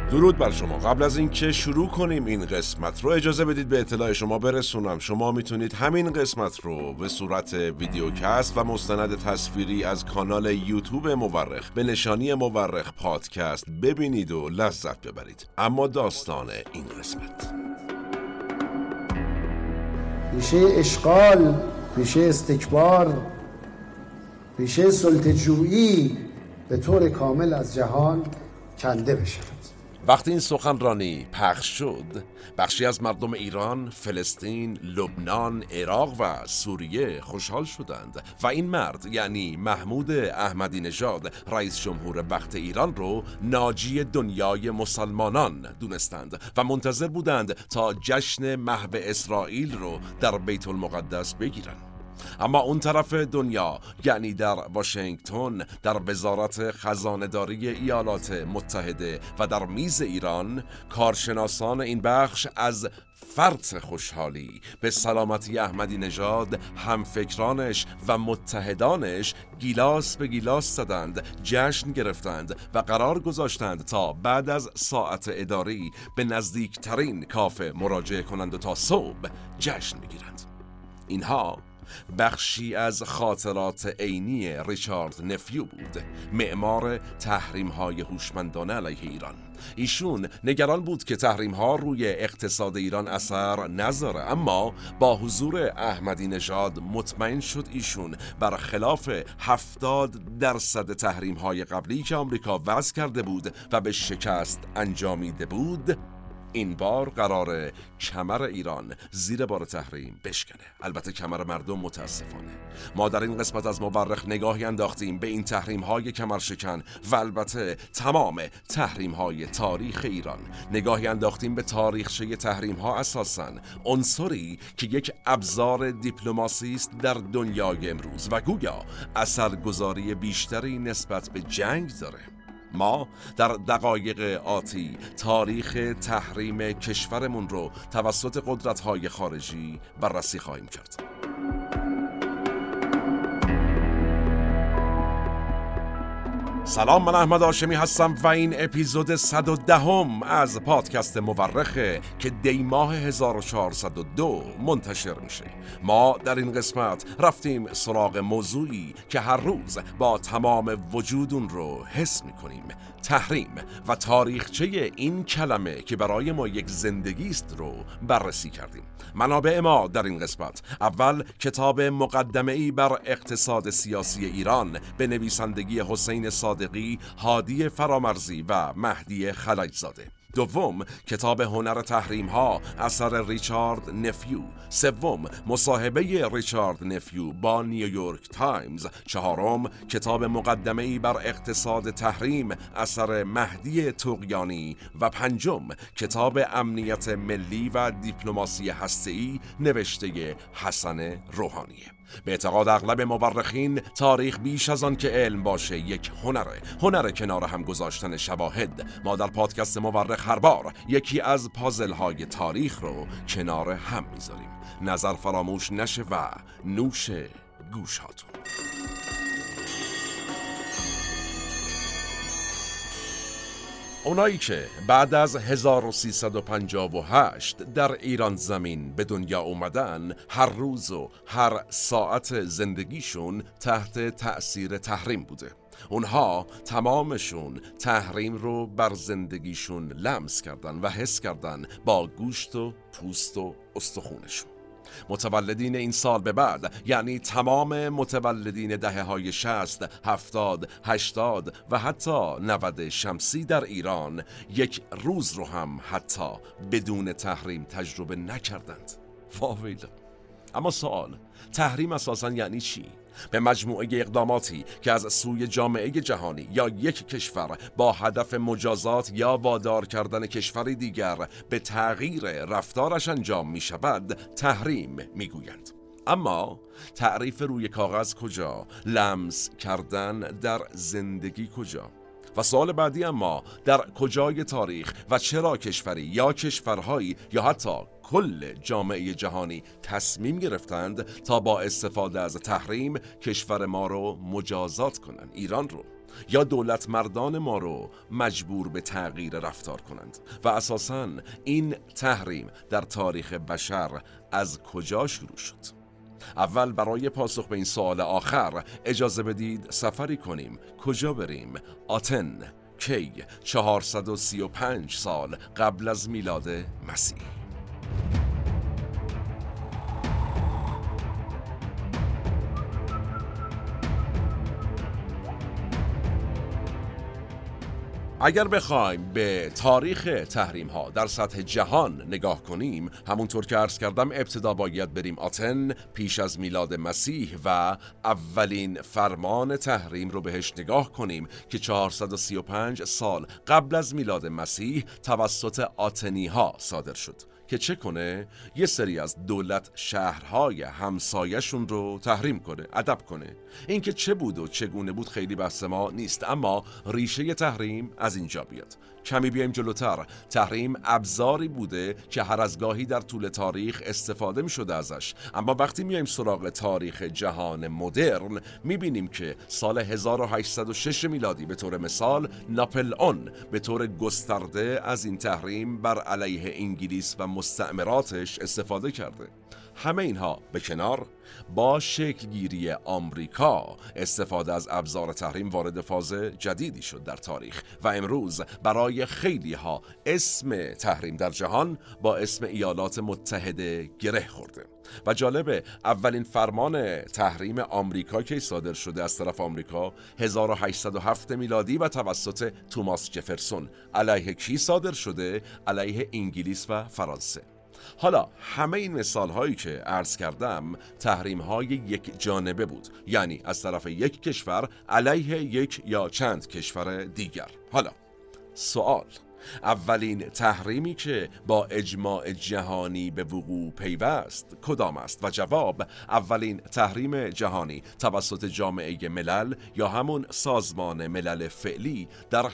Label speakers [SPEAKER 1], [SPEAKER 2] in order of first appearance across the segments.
[SPEAKER 1] درود بر شما. قبل از اینکه شروع کنیم این قسمت رو اجازه بدید به اطلاع شما برسونم. شما میتونید همین قسمت رو به صورت ویدیوکست و مستند تصویری از کانال یوتیوب مورخ به نشانی مورخ پادکست ببینید و لذت ببرید. اما داستان این قسمت
[SPEAKER 2] ریشه اشغال، ریشه استکبار، ریشه سلطه‌جویی به طور کامل از جهان کنده بشود.
[SPEAKER 1] وقتی این سخنرانی پخش شد، بخشی از مردم ایران، فلسطین، لبنان، عراق و سوریه خوشحال شدند و این مرد یعنی محمود احمدی نژاد رئیس جمهور وقت ایران رو ناجی دنیای مسلمانان دونستند و منتظر بودند تا جشن محو اسرائیل رو در بیت المقدس بگیرند. اما اون طرف دنیا یعنی در واشنگتن، در وزارت خزانه‌داری ایالات متحده و در میز ایران، کارشناسان این بخش از فرط خوشحالی به سلامتی احمدی نژاد، همفکرانش و متحدانش گیلاس به گیلاس زدند، جشن گرفتند و قرار گذاشتند تا بعد از ساعت اداری به نزدیکترین کافه مراجعه کنند و تا صبح جشن بگیرند. اینها بخشی از خاطرات عینی ریچارد نفیو بود، معمار تحریم‌های هوشمندانه علیه ایران. ایشون نگران بود که تحریم‌ها روی اقتصاد ایران اثر نذاره، اما با حضور احمدی نژاد مطمئن شد ایشون برخلاف 70% تحریم‌های قبلی که آمریکا وضع کرده بود و به شکست انجامیده بود، این بار قراره کمر ایران زیر بار تحریم بشکنه. البته کمر مردم متاسفانه. ما در این قسمت از مورخ نگاهی انداختیم به این تحریم‌های کمر شکن و البته تمام تحریم‌های تاریخ ایران. نگاهی انداختیم به تاریخچه تحریم‌ها، اساساً عنصری که یک ابزار دیپلماسی است در دنیای امروز و گویا اثرگذاری بیشتری نسبت به جنگ داره. ما در دقایق آتی تاریخ تحریم کشورمون رو توسط قدرت‌های خارجی بررسی خواهیم کرد. سلام، من احمد هاشمی هستم و این اپیزود 110 از پادکست مورخه که دی ماه 1402 منتشر میشه. ما در این قسمت رفتیم سراغ موضوعی که هر روز با تمام وجود اون رو حس میکنیم: تحریم و تاریخچه این کلمه که برای ما یک زندگی است رو بررسی کردیم. منابع ما در این قسمت: اول کتاب مقدمه‌ای بر اقتصاد سیاسی ایران به نویسندگی حسین صادقی، هادی فرامرزی و مهدی خلج‌زاده. دوم کتاب هنر تحریم ها اثر ریچارد نفیو. سوم مصاحبه ریچارد نفیو با نیویورک تایمز. چهارم کتاب مقدمه‌ای بر اقتصاد تحریم اثر مهدی طغیانی. و پنجم کتاب امنیت ملی و دیپلماسی هسته‌ای نوشته حسن روحانیه. به اعتقاد اغلب مورخین تاریخ بیش از آن که علم باشه یک هنر کنار هم گذاشتن شواهد. ما در پادکست مورخ هر بار یکی از پازل های تاریخ رو کنار هم میذاریم. نظر فراموش نشه و نوش گوش هاتون. اونایی که بعد از 1358 در ایران زمین به دنیا اومدن، هر روز و هر ساعت زندگیشون تحت تأثیر تحریم بوده. اونها تمامشون تحریم رو بر زندگیشون لمس کردن و حس کردن با گوشت و پوست و استخونشون. متولدین این سال به بعد، یعنی تمام متولدین دهه‌های 60، 70، 80 و حتی 90 شمسی در ایران، یک روز رو هم حتی بدون تحریم تجربه نکردند. واویلا. اما سوال: تحریم اساساً یعنی چی؟ به مجموعه اقداماتی که از سوی جامعه جهانی یا یک کشور با هدف مجازات یا وادار کردن کشوری دیگر به تغییر رفتارش انجام می شود تحریم می گویند. اما تعریف روی کاغذ کجا؟ لمس کردن در زندگی کجا؟ و سوال بعدی: اما در کجای تاریخ و چرا کشوری یا کشورهایی یا حتی کل جامعه جهانی تصمیم گرفتند تا با استفاده از تحریم کشور ما رو مجازات کنن، ایران رو؟ یا دولت مردان ما رو مجبور به تغییر رفتار کنند؟ و اساساً این تحریم در تاریخ بشر از کجا شروع شد؟ اول برای پاسخ به این سوال آخر اجازه بدید سفری کنیم. کجا بریم؟ آتن. کی؟ 435 سال قبل از میلاد مسیح. اگر بخوایم به تاریخ تحریم ها در سطح جهان نگاه کنیم، همونطور که عرض کردم ابتدا باید بریم آتن پیش از میلاد مسیح و اولین فرمان تحریم رو بهش نگاه کنیم که 435 سال قبل از میلاد مسیح توسط آتنی ها صادر شد که چه کنه؟ یه سری از دولت شهرهای همسایشون رو تحریم کنه، ادب کنه. این که چه بود و چگونه بود خیلی بحث ما نیست، اما ریشه تحریم از اینجا بیاد. کمی بیایم جلوتر. تحریم ابزاری بوده که هر از گاهی در طول تاریخ استفاده می شده ازش، اما وقتی میایم سراغ تاریخ جهان مدرن میبینیم که سال 1806 میلادی به طور مثال ناپلئون به طور گسترده از این تحریم بر علیه انگلیس و مستعمراتش استفاده کرده. همه اینها به کنار، با شکلگیری آمریکا استفاده از ابزار تحریم وارد فاز جدیدی شد در تاریخ و امروز برای خیلی ها اسم تحریم در جهان با اسم ایالات متحده گره خورده. و جالبه اولین فرمان تحریم آمریکا که صادر شده از طرف آمریکا 1807 میلادی و توسط توماس جفرسون علیه کی صادر شده؟ علیه انگلیس و فرانسه. حالا همه این مثال هایی که عرض کردم تحریم های یک جانبه بود، یعنی از طرف یک کشور علیه یک یا چند کشور دیگر. حالا سوال: اولین تحریمی که با اجماع جهانی به وقوع پیوست کدام است؟ و جواب: اولین تحریم جهانی توسط جامعه ملل یا همون سازمان ملل فعلی در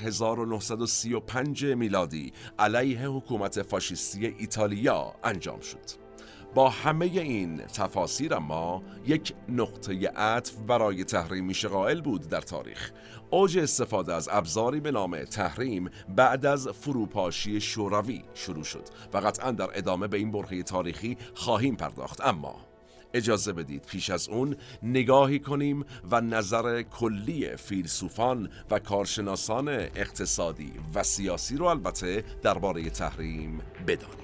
[SPEAKER 1] 1935 میلادی علیه حکومت فاشیستی ایتالیا انجام شد. با همه این تفاسیر اما یک نقطه عطف برای تحریم میشه قائل بود در تاریخ. اوج استفاده از ابزاری به نام تحریم بعد از فروپاشی شوروی شروع شد و قطعا در ادامه به این برهه تاریخی خواهیم پرداخت، اما اجازه بدید پیش از اون نگاهی کنیم و نظر کلی فیلسوفان و کارشناسان اقتصادی و سیاسی رو البته درباره تحریم بدانیم.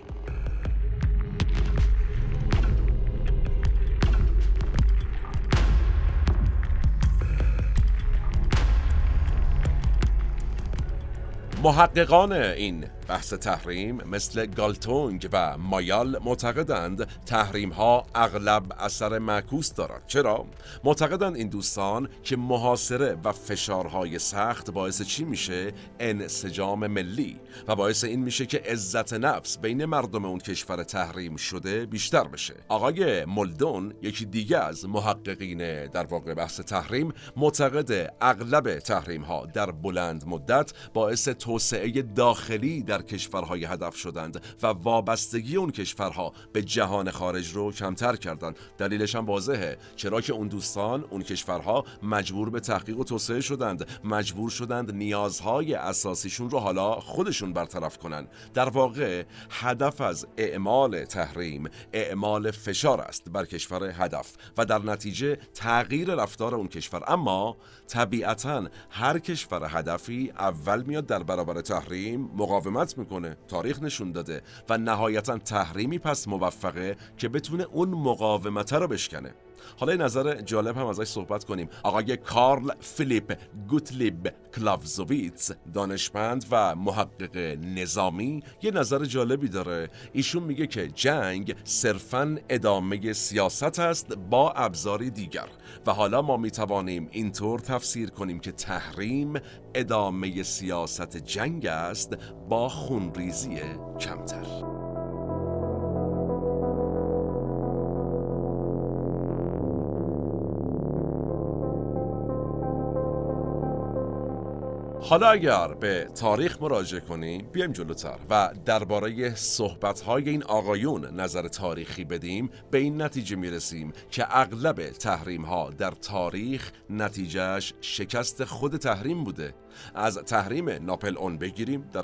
[SPEAKER 1] محققان این بحث تحریم مثل گالتونگ و مایال معتقدند تحریم ها اغلب اثر معکوس دارد. چرا؟ معتقدند این دوستان که محاصره و فشارهای سخت باعث چی میشه؟ انسجام ملی، و باعث این میشه که عزت نفس بین مردم اون کشور تحریم شده بیشتر بشه. آقای مولدون، یکی دیگه از محققین در واقع بحث تحریم، معتقد اغلب تحریم ها در بلند مدت باعث توسعه داخلی در کشورهای هدف شدند و وابستگی اون کشورها به جهان خارج رو کمتر کردند. دلیلش هم واضحه، چرا که اون دوستان، اون کشورها مجبور به تحقیق و توسعه شدند، مجبور شدند نیازهای اساسیشون رو حالا خودشون برطرف کنن. در واقع هدف از اعمال تحریم اعمال فشار است بر کشور هدف و در نتیجه تغییر رفتار اون کشور. اما طبیعتاً هر کشور هدفی اول میاد در برابر تحریم مقاومت میکنه، تاریخ نشون داده، و نهایتاً تحریمی پس موفقه که بتونه اون مقاومت رو بشکنه. حالا یه نظر جالب هم ازش صحبت کنیم. آقای کارل فیلیپ گوتلیب کلاوزویتس، دانشمند و محقق نظامی، یه نظر جالبی داره. ایشون میگه که جنگ صرفاً ادامه سیاست است با ابزاری دیگر، و حالا ما میتوانیم اینطور تفسیر کنیم که تحریم ادامه سیاست جنگ است با خونریزی کمتر. حالا اگر به تاریخ مراجعه کنیم بیایم جلوتر و درباره صحبت‌های این آقایون نظر تاریخی بدیم، به این نتیجه میرسیم که اغلب تحریم‌ها در تاریخ نتیجهش شکست خود تحریم بوده. از تحریم ناپلئون بگیریم در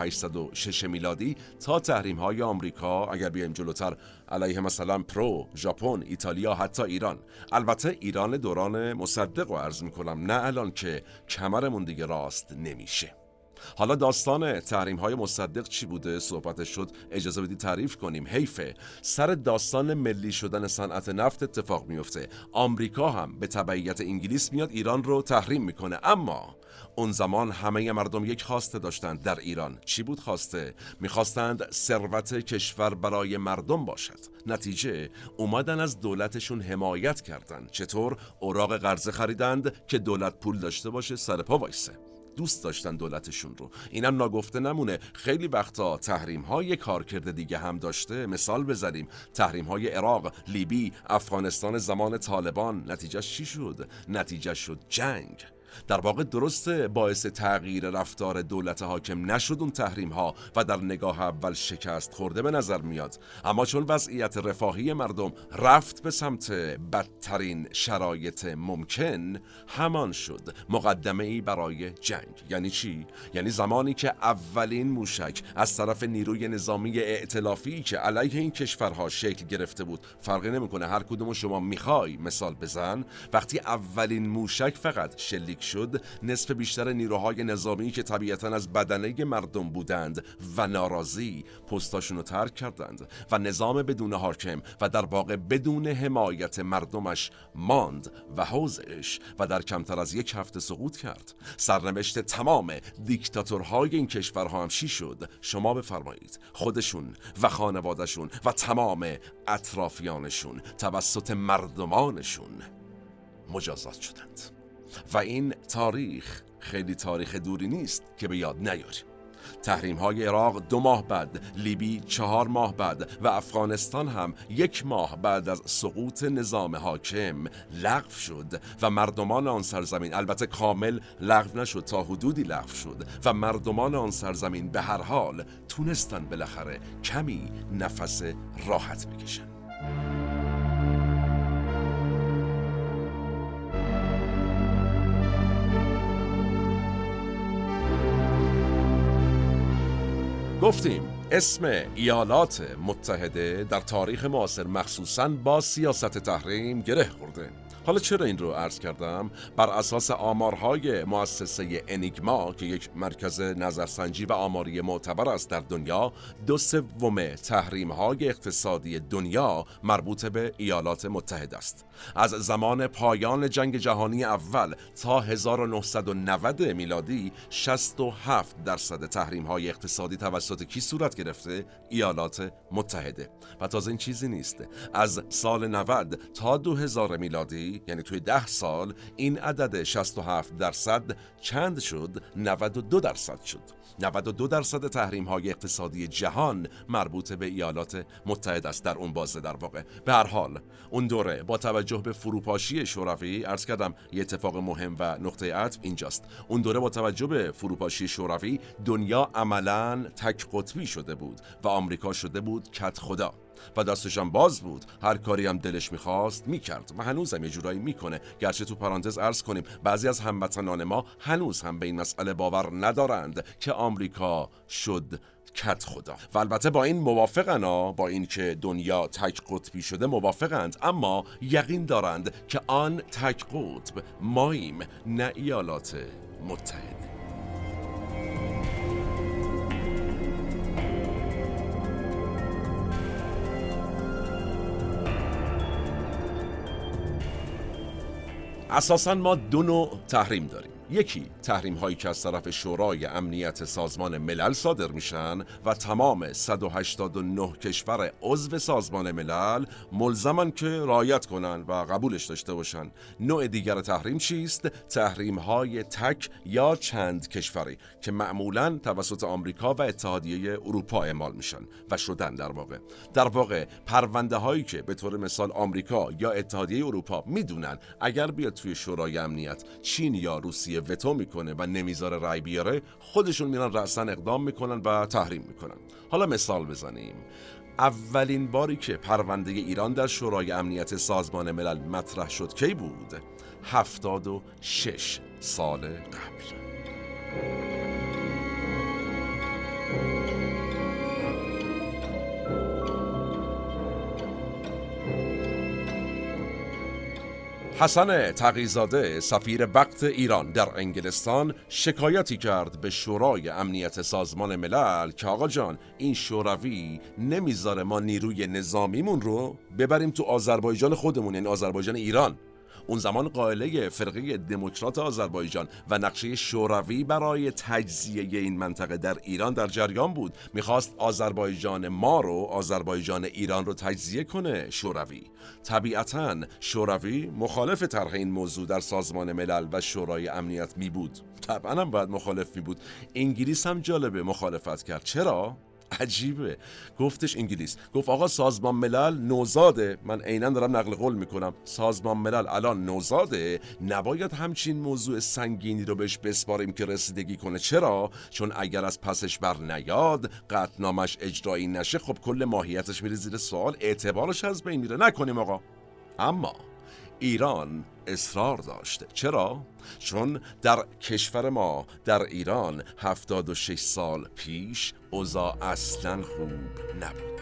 [SPEAKER 1] 1806 میلادی تا تحریم‌های آمریکا اگر بیایم جلوتر علیه مثلا پرو، ژاپن، ایتالیا، حتی ایران. البته ایران دوران مصدق رو عرض میکنم، نه الان که کمرمون دیگه راست نمیشه. حالا داستان تحریم‌های مصدق چی بوده؟ صحبتش شد، اجازه بدید تعریف کنیم. حیفه سر داستان ملی شدن صنعت نفت اتفاق میفته. آمریکا هم به تبعیت انگلیس میاد ایران رو تحریم میکنه، اما اون زمان همه مردم یک خواسته داشتند در ایران. چی بود خواسته؟ میخواستند ثروت کشور برای مردم باشد. نتیجه اومدن از دولتشون حمایت کردن. چطور؟ اوراق قرضه خریدند که دولت پول داشته باشه سر پا وایسه. دوست داشتن دولتشون رو. اینم ناگفته نمونه، خیلی وقتا تحریم ها یک کارکرد دیگه هم داشته. مثال بزنیم تحریم های عراق، لیبی، افغانستان زمان طالبان. نتیجهش چی شد؟ نتیجه شد جنگ. در واقع درسته باعث تغییر رفتار دولت حاکم نشد اون تحریم ها و در نگاه اول شکست خورده به نظر میاد، اما چون وضعیت رفاهی مردم رفت به سمت بدترین شرایط ممکن، همان شد مقدمه ای برای جنگ. یعنی چی؟ یعنی زمانی که اولین موشک از طرف نیروی نظامی ائتلافی که علیه این کشورها شکل گرفته بود، فرقی نمیکنه هر کدوم شما میخوای مثال بزن، وقتی اولین موشک فقط شلیک شد، نصف بیشتر نیروهای نظامی که طبیعتاً از بدنه مردم بودند و ناراضی پستاشون رو ترک کردند و نظام بدون حاکم و در واقع بدون حمایت مردمش ماند و حوزش و در کمتر از یک هفته سقوط کرد. سرنوشت تمام دیکتاتورهای این کشورها هم چی شد؟ شما بفرمایید. خودشون و خانوادهشون و تمام اطرافیانشون توسط مردمانشون مجازات شدند. و این تاریخ خیلی تاریخ دوری نیست که به یاد نیاریم. تحریم های عراق 2 ماه بعد، لیبی 4 ماه بعد و افغانستان هم 1 ماه بعد از سقوط نظام حاکم لغو شد و مردمان آن سرزمین، البته کامل لغو نشد، تا حدودی لغو شد و مردمان آن سرزمین به هر حال تونستن بالاخره کمی نفس راحت بکشن. گفتیم اسم ایالات متحده در تاریخ معاصر مخصوصاً با سیاست تحریم گره خورده. حالا چرا این رو عرض کردم؟ بر اساس آمارهای مؤسسه انیگما که یک مرکز نظرسنجی و آماری معتبر است در دنیا، 2/3 تحریم‌های اقتصادی دنیا مربوط به ایالات متحده است. از زمان پایان جنگ جهانی اول تا 1990 میلادی 67% تحریم‌های اقتصادی توسط کی صورت گرفته؟ ایالات متحده. و تازه این چیزی نیست، از سال 90 تا 2000 میلادی، یعنی توی 10 سال، این عدد 67% چند شد؟ 92% شد. 92% تحریم‌های اقتصادی جهان مربوط به ایالات متحده است در اون بازه. در واقع به هر حال اون دوره با توجه به فروپاشی شوروی، عرض کردم یه اتفاق مهم و نقطه عطف اینجاست، اون دوره با توجه به فروپاشی شوروی دنیا عملاً تک قطبی شده بود و آمریکا شده بود کت خدا و دستش هم باز بود، هر کاری هم دلش میخواست میکرد و هنوزم یه جورایی میکنه. گرچه تو پرانتز عرض کنیم بعضی از هموطنان ما هنوز هم به این مسئله باور ندارند که آمریکا شد کت خدا و البته با این موافقن، با این که دنیا تک قطبی شده موافقند، اما یقین دارند که آن تک قطب ماییم، نه ایالات متحده. اساساً ما 2 نوع تحریم داریم. یکی تحریم هایی که از طرف شورای امنیت سازمان ملل صادر میشن و تمام 189 کشور عضو سازمان ملل ملزمن که رعایت کنن و قبولش داشته باشن. نوع دیگر تحریم چیست؟ تحریم های تک یا چند کشوری که معمولاً توسط آمریکا و اتحادیه اروپا اعمال میشن و شدن. در واقع پرونده هایی که به طور مثال آمریکا یا اتحادیه اروپا میدونن اگر بیاد توی شورای امنیت چین یا روسیه اتحادیه وتو میکنه و نمیذاره رأی بیاره، خودشون میرن رأساً اقدام میکنن و تحریم میکنن. حالا مثال بزنیم. اولین باری که پرونده ایران در شورای امنیت سازمان ملل مطرح شد کی بود؟ 76 سال قبل. حسن تقی‌زاده سفیر وقت ایران در انگلستان شکایتی کرد به شورای امنیت سازمان ملل که آقا جان این شوروی نمیذاره ما نیروی نظامیمون رو ببریم تو آذربایجان خودمون، یعنی آذربایجان ایران. اون زمان قائله فرقه دموکرات آذربایجان و نقشه شوروی برای تجزیه این منطقه در ایران در جریان بود. میخواست آذربایجان ما رو، آذربایجان ایران رو تجزیه کنه شوروی. طبیعتاً شوروی مخالف طرح این موضوع در سازمان ملل و شورای امنیت می بود. طبعاً هم باید مخالف می بود. انگلیس هم جالبه مخالفت کرد. چرا؟ عجیبه. گفتش انگلیس، گفت آقا سازمان ملل نوزاده، من عیناً دارم نقل قول میکنم، سازمان ملل الان نوزاده، نباید همچین موضوع سنگینی رو بهش بسپاریم که رسیدگی کنه. چرا؟ چون اگر از پسش بر نیاد، قطعنامش اجرایی نشه، خب کل ماهیتش میره زیر سوال، اعتبارش از بین میره. نکنیم آقا. اما ایران اصرار داشته. چرا؟ چون در کشور ما، در ایران 76 سال پیش اوضاع اصلاً خوب نبود.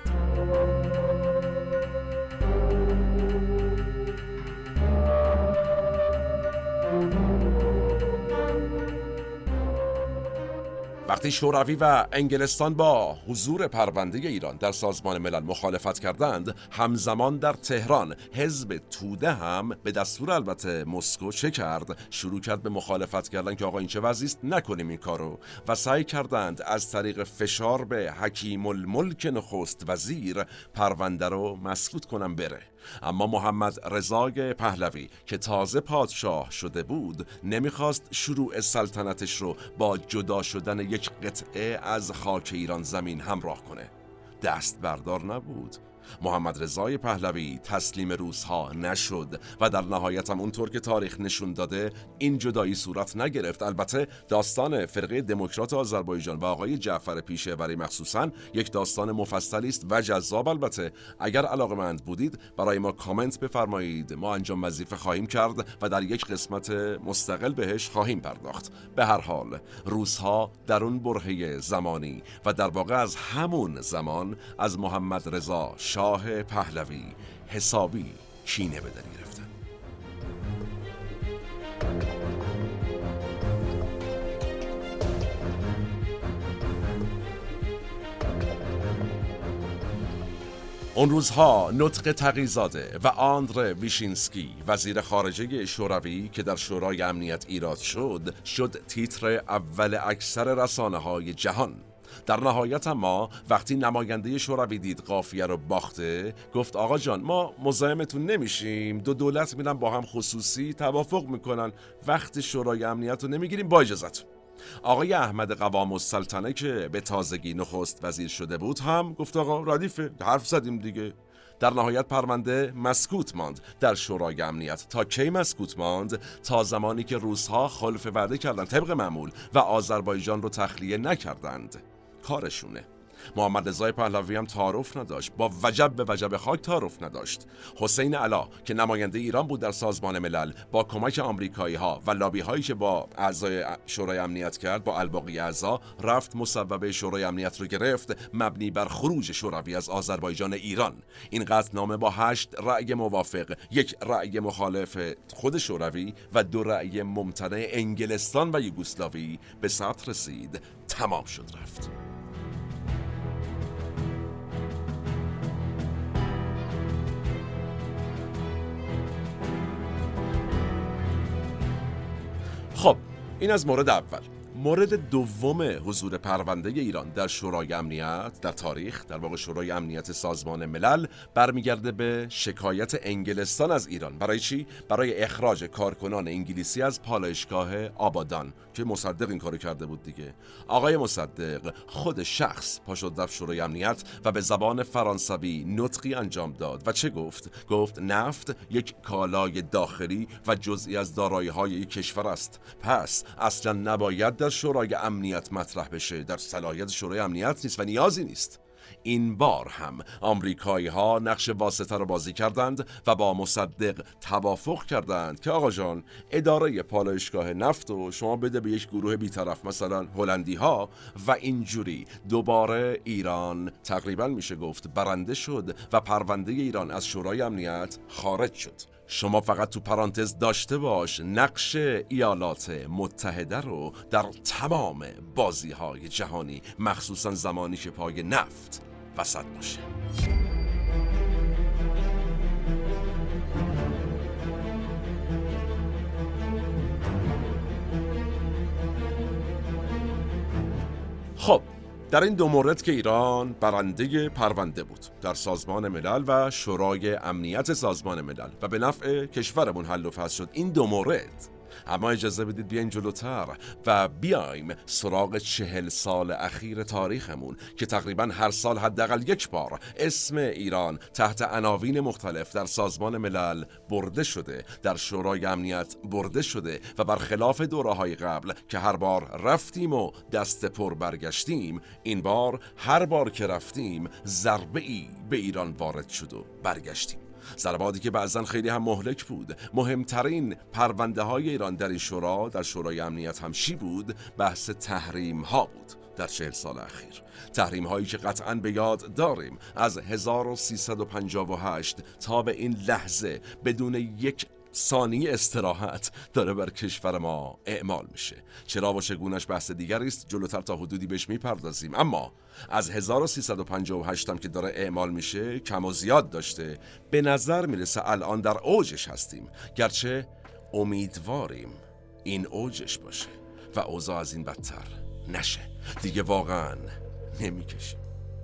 [SPEAKER 1] وقتی شوروی و انگلستان با حضور پرونده ایران در سازمان ملل مخالفت کردند، همزمان در تهران حزب توده هم به دستور البته مسکو چه کرد؟ شروع کرد به مخالفت کردن که آقا این چه وضعی است، نکنیم این کارو، و سعی کردند از طریق فشار به حکیم الملک نخست وزیر پرونده رو مسکوت کنن بره. اما محمد رضا پهلوی که تازه پادشاه شده بود نمیخواست شروع سلطنتش رو با جدا شدن یک قطعه از خاک ایران زمین همراه کنه. دست بردار نبود. محمد رضا پهلوی تسلیم روس‌ها نشد و در نهایت هم اونطور که تاریخ نشون داده این جدایی صورت نگرفت. البته داستان فرقه دموکرات آذربایجان و آقای جعفر پیشه‌وری مخصوصاً یک داستان مفصلی است و جذاب. البته اگر علاقه‌مند بودید برای ما کامنت بفرمایید، ما انجام وظیفه خواهیم کرد و در یک قسمت مستقل بهش خواهیم پرداخت. به هر حال روس‌ها در اون برهه زمانی و در واقع از همون زمان از محمد رضا شاه پهلوی حسابی کینه به دل گرفتن. اون روزها نطق تقی‌زاده و آندره ویشینسکی وزیر خارجه شوروی که در شورای امنیت ایراد شد تیتر اول اکثر رسانه‌های جهان. در نهایت ما وقتی نماینده شوروی دید قافیه رو باخته، گفت آقا جان ما مزاحمتون نمیشیم، دو دولت میرن با هم خصوصی توافق میکنن، وقت شورای امنیت رو نمیگیریم با اجازتون. آقای احمد قوام السلطنه که به تازگی نخست وزیر شده بود هم گفت آقا ردیفه، حرف زدیم دیگه. در نهایت پرونده مسکوت ماند در شورای امنیت. تا کی مسکوت ماند؟ تا زمانی که روس‌ها خلف وعده کردند طبق معمول و آذربایجان رو تخلیه نکردند. کارشونه. محمد رضا پهلوی هم تعارف نداشت، با وجب به وجب خاک تعارف نداشت. حسین علا که نماینده ایران بود در سازمان ملل با کمک آمریکایی ها و لابی هایی که با اعضای شورای امنیت کرد، با الباقی اعضا رفت مصوبه شورای امنیت رو گرفت مبنی بر خروج شوروی از آذربایجان ایران. این قطعنامه با 8 رأی موافق، 1 رأی مخالف خود شوروی و 2 رأی ممتنع انگلستان و یوگسلاوی به ثبت رسید. تمام شد رفت. خب این از مورد اول. مورد دوم حضور پرونده ایران در شورای امنیت در تاریخ، در واقع شورای امنیت سازمان ملل، برمیگرده به شکایت انگلستان از ایران. برای چی؟ برای اخراج کارکنان انگلیسی از پالایشگاه آبادان که مصدق این کارو کرده بود دیگه. آقای مصدق خود شخص پا شد رفت شورای امنیت و به زبان فرانسوی نطقی انجام داد و چه گفت؟ گفت نفت یک کالای داخلی و جزئی از دارایی‌های یک کشور است. پس اصلا نباید در شورای امنیت مطرح بشه، در صلاحیت شورای امنیت نیست و نیازی نیست. این بار هم آمریکایی ها نقش واسطه رو بازی کردند و با مصدق توافق کردند که آقا جان اداره پالایشگاه نفت و شما بده به یک گروه بی‌طرف، مثلا هلندی ها، و اینجوری دوباره ایران تقریبا میشه گفت برنده شد و پرونده ایران از شورای امنیت خارج شد. شما فقط تو پرانتز داشته باش نقش ایالات متحده رو در تمام بازی‌های جهانی، مخصوصا زمانی که پای نفت وسط باشه. خب در این دو مورد که ایران برنده پرونده بود در سازمان ملل و شورای امنیت سازمان ملل و به نفع کشورمون حل و فصل شد این دو مورد، اما اجازه بدید بیایم جلوتر و بیایم سراغ 40 سال اخیر تاریخمون که تقریبا هر سال حداقل یک بار اسم ایران تحت عناوین مختلف در سازمان ملل برده شده، در شورای امنیت برده شده و برخلاف دوره‌های قبل که هر بار رفتیم و دست پر برگشتیم، این بار هر بار که رفتیم ضربه‌ای به ایران وارد شد و برگشتیم. ضرباتی که بعضن خیلی هم مهلک بود. مهمترین پرونده های ایران در این شورا، در شورای امنیت هم چی بود؟ بحث تحریم ها بود در 40 سال اخیر. تحریم هایی که قطعاً به یاد داریم از 1358 تا به این لحظه بدون یک ثانیه استراحت داره بر کشور ما اعمال میشه. چرا و چگونش بحث دیگری است، جلوتر تا حدودی بهش میپردازیم. اما از 1358 هم که داره اعمال میشه کم و زیاد داشته. به نظر میرسه الان در اوجش هستیم، گرچه امیدواریم این اوجش باشه و اوضاع از این بدتر نشه. دیگه واقعا نمیکشیم.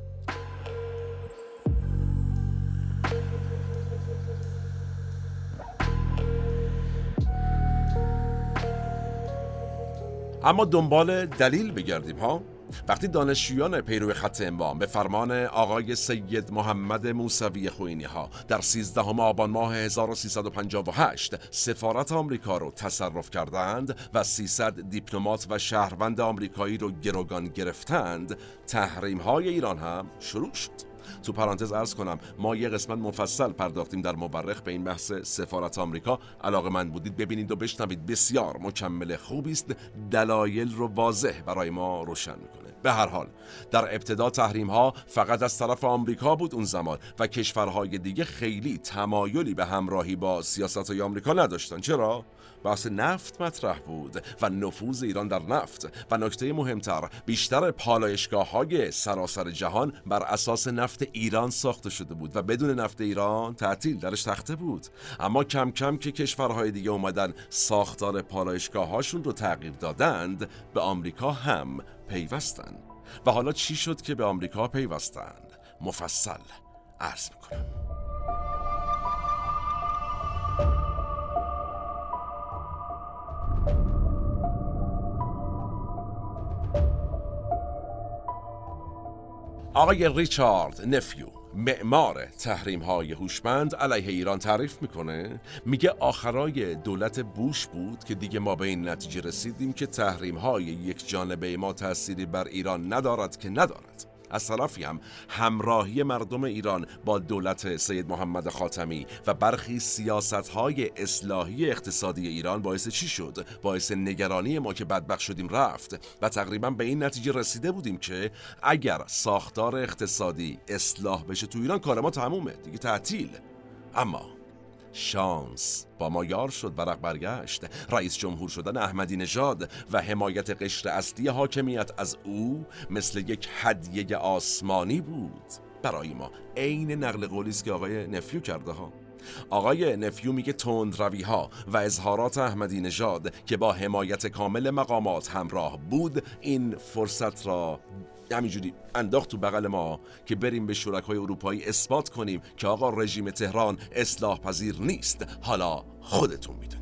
[SPEAKER 1] اما دنبال دلیل بگردیم ها. وقتی دانشجویان پیرو خط امام به فرمان آقای سید محمد موسوی خوئینی ها در 13 آبان ماه 1358 سفارت آمریکا رو تصرف کردند و 300 دیپلمات و شهروند آمریکایی رو گروگان گرفتند، تحریم های ایران هم شروع شد. تو پرانتز عرض کنم ما یه قسمت مفصل پرداختیم در مورخ به این بحث سفارت آمریکا. علاقه‌مند بودید ببینید و بشنوید، بسیار مکمل خوبی است، دلایل رو واضح برای ما روشن میکنه. به هر حال در ابتدا تحریم ها فقط از طرف آمریکا بود اون زمان و کشورهای دیگه خیلی تمایلی به همراهی با سیاست‌های آمریکا نداشتن. چرا؟ بحث نفت مطرح بود و نفوذ ایران در نفت و نکته مهمتر بیشتر پالایشگاه‌های سراسر جهان بر اساس نفت ایران ساخته شده بود و بدون نفت ایران تعطیل، درش تخته بود. اما کم کم که کشورهای دیگه اومدن ساختار پالایشگاه‌هاشون رو تغییر دادند، به آمریکا هم پیوستند. و حالا چی شد که به آمریکا پیوستند؟ مفصل عرض میکنم. آقای ریچارد نفیو، معمار تحریم‌های هوشمند علیه ایران تعریف میکنه، میگه آخرای دولت بوش بود که دیگه ما به این نتیجه رسیدیم که تحریم‌های یک جانبه ما تأثیری بر ایران ندارد که ندارد. از طرفی هم همراهی مردم ایران با دولت سید محمد خاتمی و برخی سیاست‌های اصلاحی اقتصادی ایران باعث چی شد؟ باعث نگرانی ما که بدبخت شدیم رفت و تقریبا به این نتیجه رسیده بودیم که اگر ساختار اقتصادی اصلاح بشه تو ایران کار ما تمومه دیگه، تعطیل. اما شانس با ما یار شد، ورق برگشت. رئیس جمهور شدن احمدی نژاد و حمایت قشر اصلی حاکمیت از او مثل یک هدیه آسمانی بود برای ما. عین نقل قولی است که آقای نفیو کرده ها. آقای نفیو میگه تندروی‌ها و اظهارات احمدی نژاد که با حمایت کامل مقامات همراه بود این فرصت را همینجوری انداخت تو بغل ما که بریم به شرکای اروپایی اثبات کنیم که آقا رژیم تهران اصلاح پذیر نیست. حالا خودتون میدونید.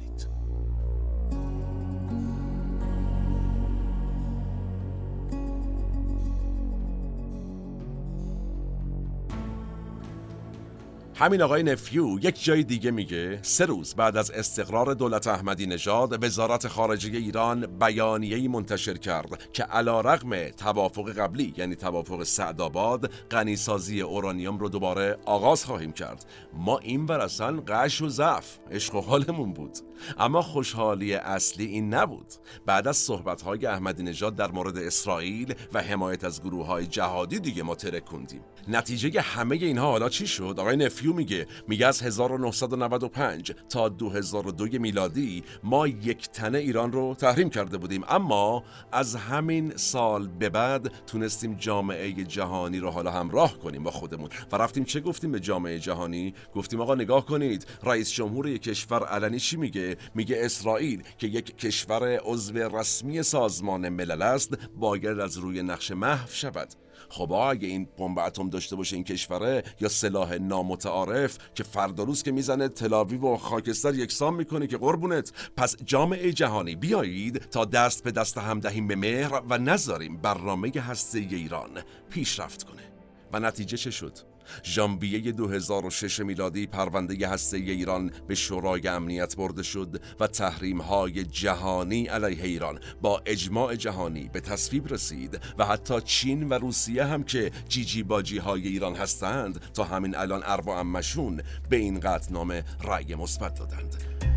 [SPEAKER 1] همین آقای نفیو یک جای دیگه میگه 3 روز بعد از استقرار دولت احمدی نژاد وزارت خارجه ایران بیانیه‌ای منتشر کرد که علیرغم توافق قبلی یعنی توافق سعدآباد غنیسازی اورانیوم رو دوباره آغاز خواهیم کرد. ما اینور اصلا قش و ضعف عشق و حالمون بود. اما خوشحالی اصلی این نبود. بعد از صحبت‌های احمدی نژاد در مورد اسرائیل و حمایت از گروه‌های جهادی دیگه ما ترکوندیم. نتیجه همه اینها حالا چی شد؟ آقای نفیو میگه از 1995 تا 2002 میلادی ما یک تنه ایران رو تحریم کرده بودیم، اما از همین سال به بعد تونستیم جامعه جهانی رو حالا همراه کنیم با خودمون و رفتیم چه گفتیم به جامعه جهانی؟ گفتیم آقا نگاه کنید، رئیس جمهور یک کشور علنی چی میگه اسرائیل که یک کشور عضو رسمی سازمان ملل است باید از روی نقشه محو شود. خب اگه این بمب اتم داشته باشه این کشوره یا سلاح نامتعارف که فردا روز که میزنه تل‌آویو و خاکستر یکسان میکنه که قربونت، پس جامعه جهانی بیایید تا دست به دست هم دهیم به مهر و نذاریم برنامه هسته‌ای ایران پیشرفت کنه. و نتیجه چه شد؟ ژانویه 2006 میلادی پرونده هسته‌ای ایران به شورای امنیت برده شد و تحریم‌های جهانی علیه ایران با اجماع جهانی به تصویب رسید و حتی چین و روسیه هم که جیجی باجی‌های ایران هستند تا همین الان اروا عمشون به این قطعنامه رأی مثبت دادند.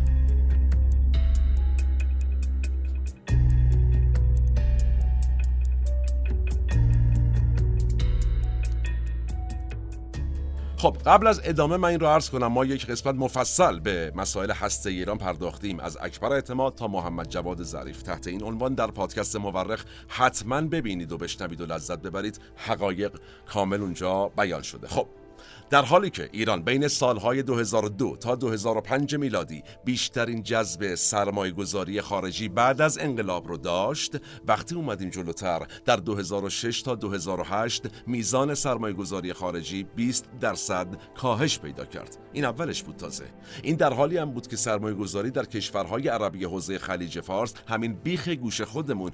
[SPEAKER 1] خب قبل از ادامه من این رو عرض کنم ما یک قسمت مفصل به مسائل هسته‌ای ایران پرداختیم، از اکبر اعتماد تا محمد جواد ظریف. تحت این عنوان در پادکست مورخ حتما ببینید و بشنوید و لذت ببرید، حقایق کامل اونجا بیان شده. خب در حالی که ایران بین سالهای 2002 تا 2005 میلادی بیشترین جذب سرمایه‌گذاری خارجی بعد از انقلاب رو داشت، وقتی اومدیم جلوتر در 2006 تا 2008 میزان سرمایه‌گذاری خارجی 20% کاهش پیدا کرد. این اولش بود. تازه این در حالی هم بود که سرمایه‌گذاری در کشورهای عربی حوزه خلیج فارس، همین بیخ گوش خودمون،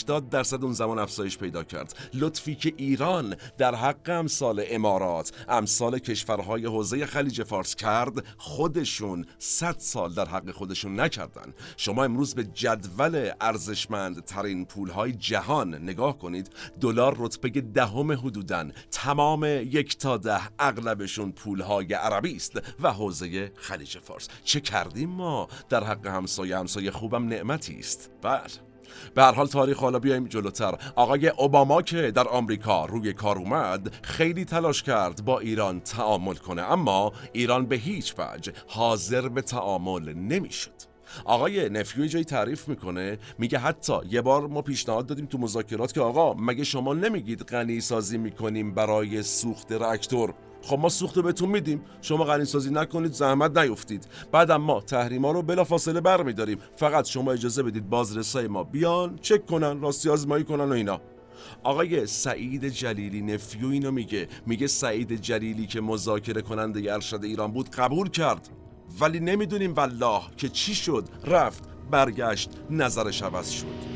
[SPEAKER 1] 80% اون زمان افزایش پیدا کرد. لطفی که ایران در حق امثال امارات، امثال کشورهای حوزه خلیج فارس کرد، خودشون 100 سال در حق خودشون نکردن. شما امروز به جدول ارزشمند ترین پولهای جهان نگاه کنید، دلار رتبه 10 حدوداً، تمام 1 تا 10 اغلبشون پولهای عربی است و حوزه خلیج فارس. چه کردیم ما در حق همسایه خوبم نعمتی است. بله، به هر حال تاریخ. حالا بیایم جلوتر. آقای اوباما که در آمریکا روی کار اومد خیلی تلاش کرد با ایران تعامل کنه، اما ایران به هیچ وجه حاضر به تعامل نمیشد. آقای نفیو جایی تعریف میکنه، میگه حتی یه بار ما پیشنهاد دادیم تو مذاکرات که آقا مگه شما نمیگید غنی سازی میکنیم برای سوخت راکتور؟ خب ما سوخت بهتون میدیم، شما غنی سازی نکنید، زحمت نیفتید. بعدم ما تحریما رو بلافاصله برمیداریم، فقط شما اجازه بدید بازرسای ما بیان چک کنن، راستی آزمایی کنن و اینا. آقای سعید جلیلی نفیو اینو میگه سعید جلیلی که مذاکره کننده ارشد ایران بود قبول کرد، ولی نمیدونیم والله که چی شد، رفت برگشت نظرش عوض شد.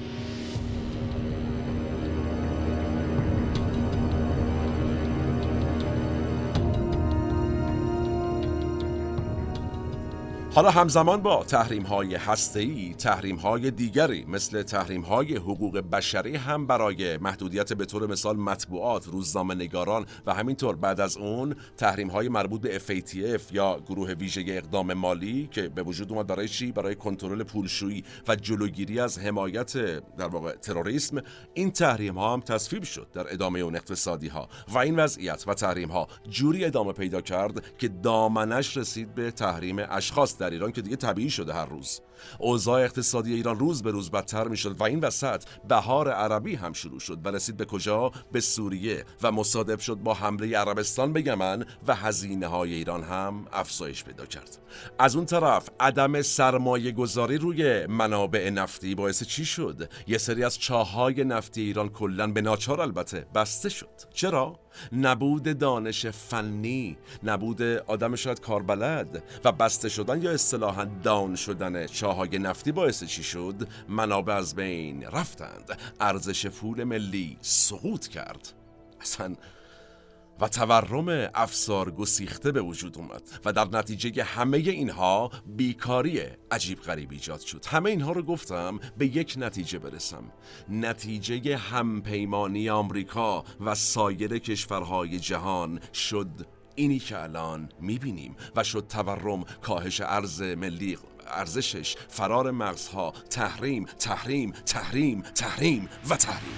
[SPEAKER 1] حالا همزمان با تحریم‌های هسته‌ای، تحریم‌های دیگری مثل تحریم‌های حقوق بشری هم برای محدودیت به طور مثال مطبوعات، روزنامه‌نگاران و همینطور بعد از اون تحریم‌های مربوط به FATF یا گروه ویژه اقدام مالی که به وجود اومد برای چی؟ برای کنترل پولشویی و جلوگیری از حمایت در واقع تروریسم. این تحریم‌ها هم تصویب شد در ادامه اون اقتصادی‌ها و این وضعیت و تحریم‌ها جوری ادامه پیدا کرد که دامنش رسید به تحریم اشخاص در ایران که دیگه طبیعی شده هر روز. اوضاع اقتصادی ایران روز به روز بدتر میشد و این وسط بهار عربی هم شروع شد و رسید به کجا؟ به سوریه و مصادف شد با حمله عربستان به یمن و هزینه های ایران هم افزایش پیدا کرد. از اون طرف عدم سرمایه گذاری روی منابع نفتی باعث چی شد؟ یه سری از چاه‌های نفتی ایران کلاً به ناچار البته بسته شد. چرا؟ نبود دانش فنی، نبود آدم شاید کاربلد و بسته شدن یا اصطلاحاً داون شدن چاه‌های نفتی باعث چی شد؟ منابع از بین رفتند، ارزش پول ملی سقوط کرد اصلا و تورم افسار گسیخته به وجود اومد و در نتیجه همه اینها بیکاری عجیب غریب ایجاد شد. همه اینها رو گفتم به یک نتیجه برسم، نتیجه همپیمانی آمریکا و سایر کشورهای جهان شد اینی که الان میبینیم و شد تورم، کاهش ارز ملی، ارزشش، فرار مغزها، تحریم تحریم تحریم تحریم و تحریم.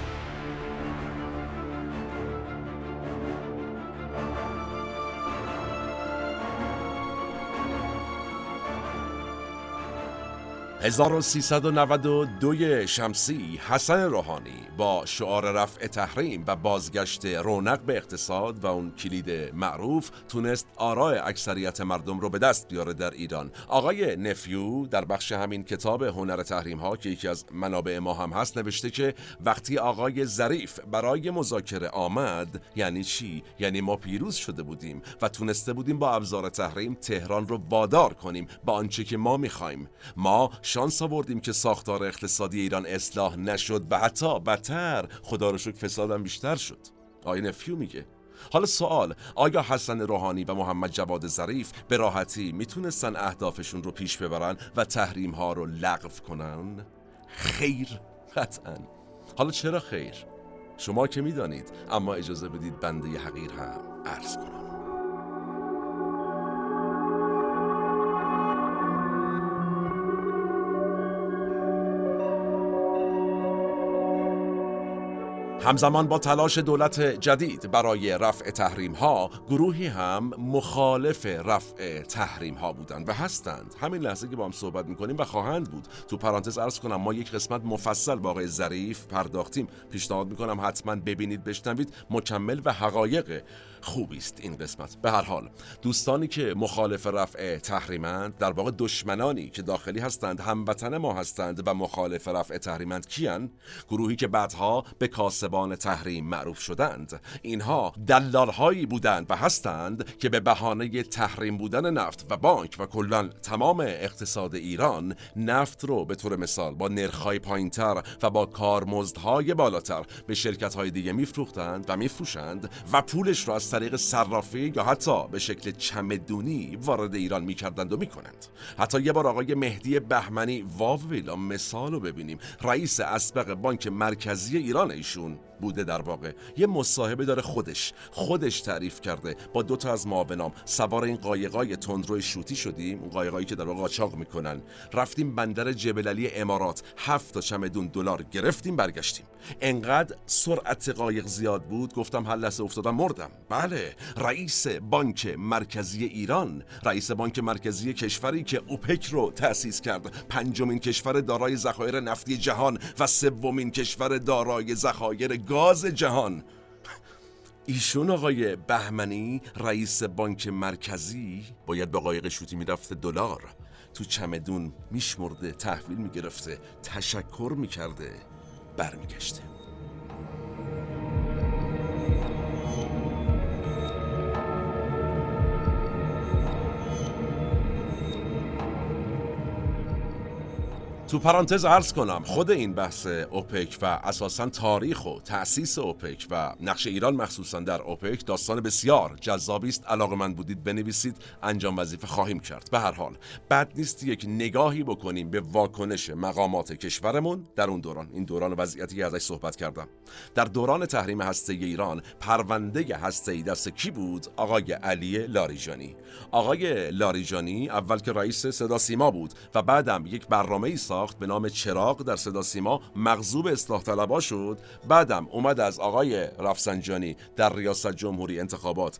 [SPEAKER 1] « 1392 شمسی حسن روحانی با شعار رفع تحریم و بازگشت رونق به اقتصاد و اون کلید معروف تونست آراء اکثریت مردم رو به دست بیاره در ایران. آقای نفیو در بخش همین کتاب هنر تحریم ها که یکی از منابع ما هم هست نوشته که وقتی آقای ظریف برای مذاکره آمد یعنی چی؟ یعنی ما پیروز شده بودیم و تونسته بودیم با ابزار تحریم تهران رو وادار کنیم با آنچه که ما میخوایم. ما شانس آوردیم که ساختار اقتصادی ایران اصلاح نشد و حتی بدتر، خدا رو شکر، فسادم بیشتر شد. آقای نفیو میگه. حالا سوال، آیا حسن روحانی و محمد جواد ظریف به راحتی میتونستن اهدافشون رو پیش ببرن و تحریم ها رو لغو کنن؟ خیر، قطعاً. حالا چرا خیر؟ شما که میدانید، اما اجازه بدید بنده حقیر هم عرض کنم. همزمان با تلاش دولت جدید برای رفع تحریم ها، گروهی هم مخالف رفع تحریم ها بودند و هستند. همین لحظه که با هم صحبت میکنیم و خواهند بود. تو پرانتز عرض کنم ما یک قسمت مفصل با آقای ظریف پرداختیم، پیشنهاد میکنم حتما ببینید، بشنوید، مکمل و حقایق خوبی است این قسمت. به هر حال دوستانی که مخالف رفع تحریمند، در واقع دشمنانی که داخلی هستند، هموطن ما هستند و مخالف رفع تحریمند، کیان؟ گروهی که بعدها به کاسبان تحریم معروف شدند. اینها دلال‌هایی بودند و هستند که به بهانه تحریم بودن نفت و بانک و کلاً تمام اقتصاد ایران، نفت رو به طور مثال با نرخ‌های پایین‌تر و با کارمزدهای بالاتر به شرکت‌های دیگه می‌فروختند و می‌فروشند و پولش رو از طریق صرافی یا حتی به شکل چمدونی وارد ایران می‌کردند و می‌کنند. حتی یه بار آقای مهدی بهمنی، واویلا مثال رو ببینیم، رئیس اسبق بانک مرکزی ایران ایشون بوده، در واقع یه مصاحبه داره خودش تعریف کرده، با 2 از معاونام سوار این قایقای تندروی شوتی شدیم، اون قایقایی که در واقع قاچاق میکنن، رفتیم بندر جبل علی امارات، 7 چمدون دلار گرفتیم، برگشتیم. انقدر سرعت قایق زیاد بود گفتم هر لحظه افتادم مردم. بله، رئیس بانک مرکزی ایران، رئیس بانک مرکزی کشوری که اوپک رو تأسیس کرد، 5مین کشور دارای ذخایر نفتی جهان و 3مین کشور دارای ذخایر گاز جهان. ایشون آقای بهمنی، رئیس بانک مرکزی، باید با قایق شوتی میرفته دلار تو چمدون میشمرده، تحویل میگرفته، تشکر میکرده، برمیگشته. تو پرانتز عرض کنم خود این بحث اوپک و اساساً تاریخ و تأسیس اوپک و نقش ایران مخصوصاً در اوپک داستان بسیار جذابی است. علاقه‌مند بودید بنویسید، انجام وظیفه خواهیم کرد. به هر حال بد نیست یک نگاهی بکنیم به واکنش مقامات کشورمون در اون دوران، این دوران وضعیتی که ازش صحبت کردم. در دوران تحریم هسته‌ای ایران، پرونده هسته‌ای دست کی بود؟ آقای علی لاریجانی. آقای لاریجانی اول که رئیس صدا سیما بود و بعدم یک برنامه‌ای ساخت به نام چراغ در صدا سیما، مغضوب اصلاح طلبا شد. بعدم اومد از آقای رفسنجانی در ریاست جمهوری انتخابات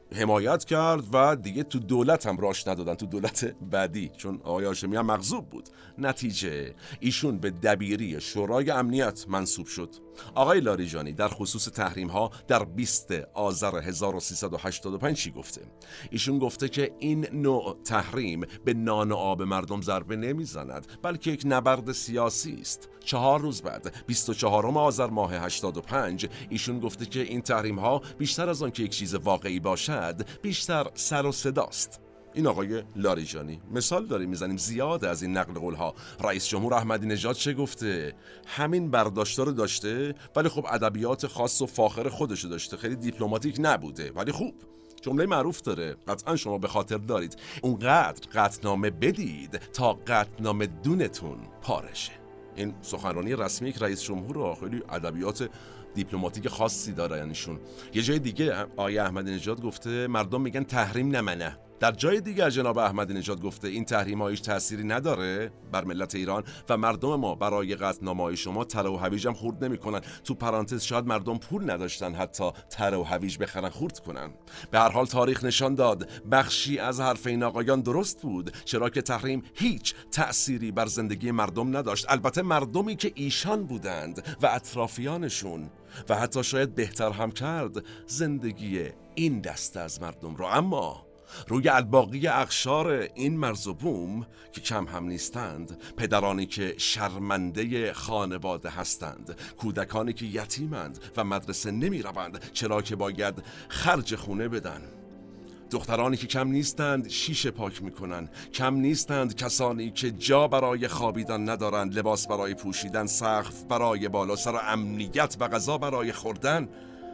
[SPEAKER 1] حمایت کرد و دیگه تو دولت هم راش ندادن، تو دولت بعدی، چون آقای هاشمی هم مغضوب بود. نتیجه ایشون به دبیری شورای امنیت منصوب شد. آقای لاریجانی در خصوص تحریم ها در 20 آذر 1385 چی گفته؟ ایشون گفته که این نوع تحریم به نان و آب مردم ضربه نمیزند، بلکه یک نبرد سیاسی است. 4 روز بعد 24 آذر ماه 85 ایشون گفته که این تحریم ها بیشتر از آن که یک چیز واقعی باشد، بیشتر سر و صداست. این آقای لاریجانی. مثال داریم میزنیم زیاد از این نقل قولها. رئیس جمهور احمدی نژاد چه گفته؟ همین برداشتا رو داشته، ولی خب ادبیات خاص و فاخر خودشو داشته، خیلی دیپلماتیک نبوده، ولی خوب جمله معروف داره، قطعا شما به خاطر دارید: اونقدر قطعنامه بدید تا قطعنامه دونتون پارشه. این سخنرانی رسمی یک رئیس جمهور، خیلی ادبیات دیپلماتیک خاصی داره. یعنیشون یه جای دیگه آقای احمدی نژاد گفته مردم میگن تحریم نمنه. در جای دیگر جناب احمدی نژاد گفته این تحریم ها هیچ تأثیری نداره بر ملت ایران و مردم ما برای قطعنامه‌های شما تره و هویج هم خورد نمی‌کنن. تو پرانتز شاید مردم پول نداشتن حتی تره و هویج بخرن خورد کنن. به هر حال تاریخ نشان داد بخشی از حرف این آقایان درست بود، چرا که تحریم هیچ تأثیری بر زندگی مردم نداشت. البته مردمی که ایشان بودند و اطرافیانشون، و حتی شاید بهتر هم کرد زندگی این دسته از مردم رو. اما روی الباقی اقشار این مرز و بوم که کم هم نیستند، پدرانی که شرمنده خانواده هستند، کودکانی که یتیمند و مدرسه نمی روند چرا که باید خرج خونه بدن، دخترانی که کم نیستند شیشه پاک میکنن، کم نیستند کسانی که جا برای خوابیدن ندارند، لباس برای پوشیدن، سقف برای بالا سر امنیت و غذا برای خوردن.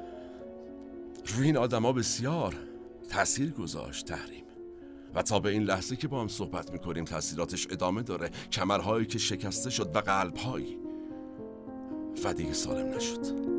[SPEAKER 1] روی این آدما بسیار تأثیر گذاشت تحریم و تا به این لحظه که با هم صحبت میکنیم تأثیراتش ادامه داره. کمرهایی که شکسته شد و قلبهایی و دیگه سالم نشد.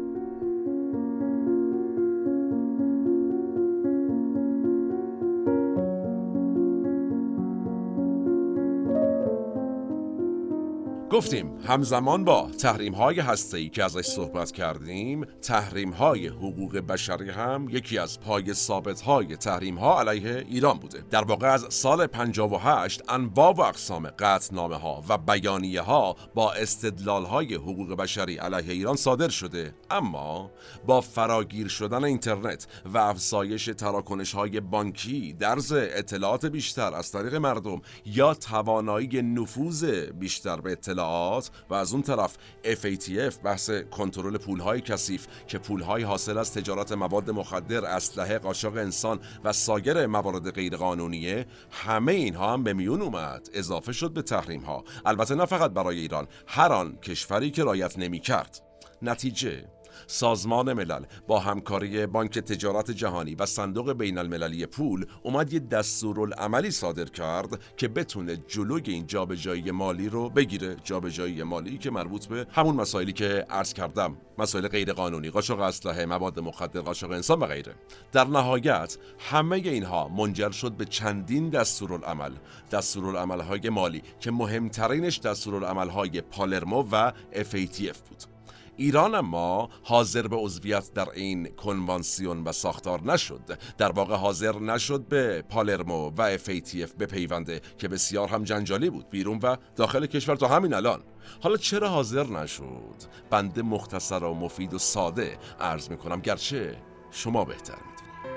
[SPEAKER 1] گفتیم همزمان با تحریم‌های هسته‌ای که ازش صحبت کردیم، تحریم‌های حقوق بشری هم یکی از پای ثابت‌های تحریم‌ها علیه ایران بوده. در واقع از سال 58 انواع و اقسام قطعنامه‌ها و بیانیه‌ها با استدلال‌های حقوق بشری علیه ایران صادر شده، اما با فراگیر شدن اینترنت و افزایش تراکنش‌های بانکی، درز اطلاعات بیشتر از طریق مردم یا توانایی نفوذ بیشتر به اطلاعات و از اون طرف FATF بحث کنترل پولهای کثیف که پولهای حاصل از تجارت مواد مخدر، اسلحه، قاچاق انسان و سایر موارد غیرقانونیه، همه اینها هم به میون اومد، اضافه شد به تحریم‌ها. البته نه فقط برای ایران، هر آن کشوری که رعایت نمی‌کرد. نتیجه سازمان ملل با همکاری بانک تجارت جهانی و صندوق بین المللی پول اومد یه دستورالعملی صادر کرد که بتونه جلوی این جابجایی مالی رو بگیره. جابجایی مالی که مربوط به همون مسائلی که عرض کردم، مسائل غیر قانونی، قاچاق اسلحه، مواد مخدر، قاچاق انسان و غیره. در نهایت همه اینها منجر شد به چندین دستورالعمل‌های مالی که مهمترینش دستورالعمل‌های پالرمو و FATF بود. ایران اما حاضر به عضویت در این کنوانسیون و ساختار نشد. در واقع حاضر نشد به پالرمو و FATF بپیونده که بسیار هم جنجالی بود بیرون و داخل کشور تا همین الان. حالا چرا حاضر نشد؟ بنده مختصر و مفید و ساده عرض میکنم، گرچه شما بهتر میدونید.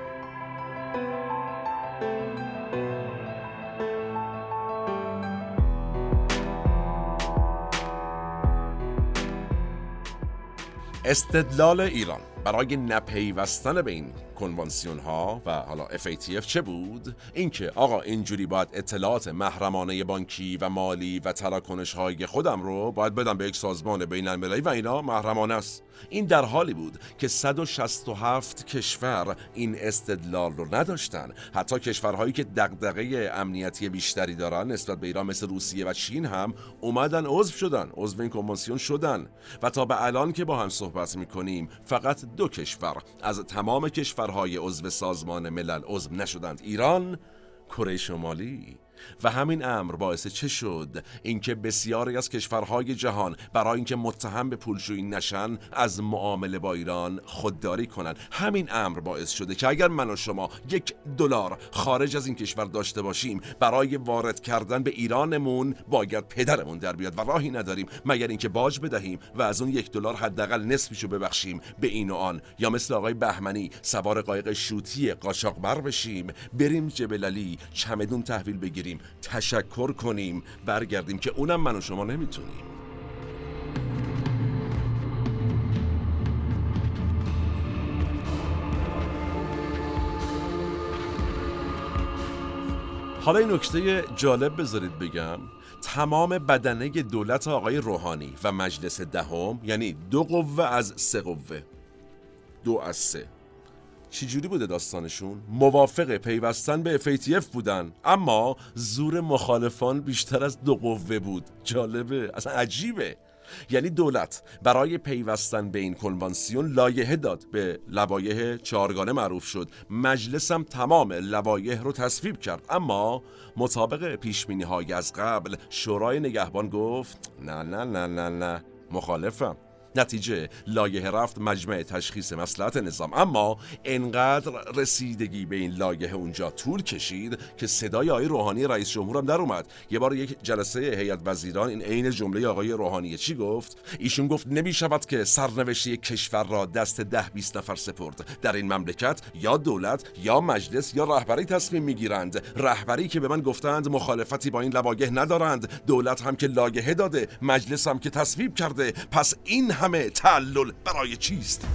[SPEAKER 1] استدلال ایران برای نپیوستن به این کنوانسیون ها و حالا FATF چه بود؟ اینکه آقا اینجوری باید اطلاعات محرمانه بانکی و مالی و تراکنش های خودم رو باید بدم به یک سازمان بین المللی و اینا محرمانه است. این در حالی بود که 167 کشور این استدلال رو نداشتن. حتی کشورهایی که دغدغه امنیتی بیشتری دارن نسبت به ایران مثل روسیه و چین هم اومدن عضو این کنوانسیون شدن و تا به الان که با هم صحبت میکنیم فقط 2 کشور از تمام کشورهای عضو سازمان ملل عضو نشدند: ایران، کره شمالی و همین امر باعث چه شد؟ اینکه بسیاری از کشورهای جهان برای اینکه متهم به پولشویی نشن از معامله با ایران خودداری کنن. همین امر باعث شده که اگر من و شما $1 خارج از این کشور داشته باشیم، برای وارد کردن به ایرانمون باید پدرمون در بیاد و راهی نداریم مگر اینکه باج بدهیم و از اون $1 حداقل نصفشو ببخشیم به این و آن، یا مثل آقای بهمنی سوار قایق شوتی قاچاقبر بشیم، بریم جبل علی چمدون تحویل بگیریم، تشکر کنیم، برگردیم، که اونم من و شما نمیتونیم. حالا این نکته جالب بذارید بگم، تمام بدنه دولت آقای روحانی و مجلس دهم، یعنی 2 قوه از 3 قوه، 2 از 3، چجوری بوده داستانشون؟ موافق پیوستن به FATF بودن، اما زور مخالفان بیشتر از 2 قوه بود. جالبه، اصلا عجیبه. یعنی دولت برای پیوستن به این کنوانسیون لایحه داد، به لوایح 4گانه معروف شد. مجلس هم تمام لوایح رو تصویب کرد، اما مطابق پیشبینی‌های از قبل شورای نگهبان گفت نه نه نه نه نه، مخالفم. نتیجه لایحه رفت مجمع تشخیص مصلحت نظام، اما انقدر رسیدگی به این لایحه اونجا طول کشید که صدای آقای روحانی رئیس جمهور هم در اومد. یه بار یک جلسه هیئت وزیران این عین جمله آقای روحانی چی گفت؟ ایشون گفت نمیشود که سرنوشت یک کشور را دست 10-20 نفر سپرد. در این مملکت یا دولت یا مجلس یا رهبری تصمیم میگیرند. رهبری که به من گفتند مخالفتی با این لوایح ندارند، دولت هم که لایحه داده، مجلس هم که تصویب کرده، پس این همه تعلل برای چیست؟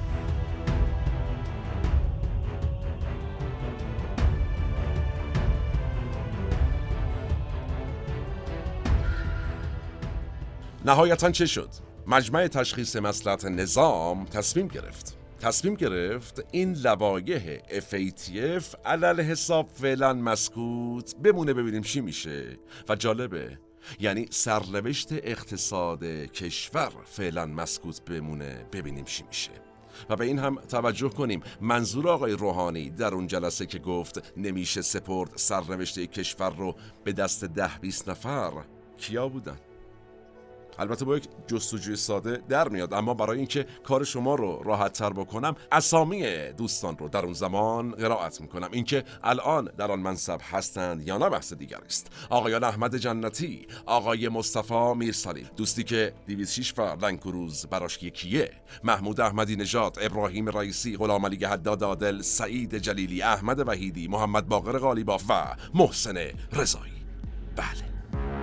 [SPEAKER 1] نهایتاً چه شد؟ مجمع تشخیص مصلحت نظام تصمیم گرفت این لوایح FATF علل حساب فعلا مسکوت بمونه، ببینیم چی میشه. و جالبه، یعنی سرنوشت اقتصاد کشور فعلا مسکوت بمونه، ببینیم چی میشه. و به این هم توجه کنیم، منظور آقای روحانی در اون جلسه که گفت نمیشه سپرد سرنوشت کشور رو به دست 10-20 نفر، کیا بودن؟ البته با یک جستجوی ساده در میاد، اما برای اینکه کار شما رو راحت تر بکنم، اسامی دوستان رو در اون زمان قرائت میکنم. اینکه الان در آن منصب هستند یا نه بحث دیگر است. آقایان احمد جنتی، آقای مصطفی میرسالی، دوستی که 206 و لنکروز براش یکیه، محمود احمدی نژاد، ابراهیم رئیسی، غلام علی حداد عادل، سعید جلیلی، احمد وحیدی، محمد باقر قالیباف و محسن رضایی. بله،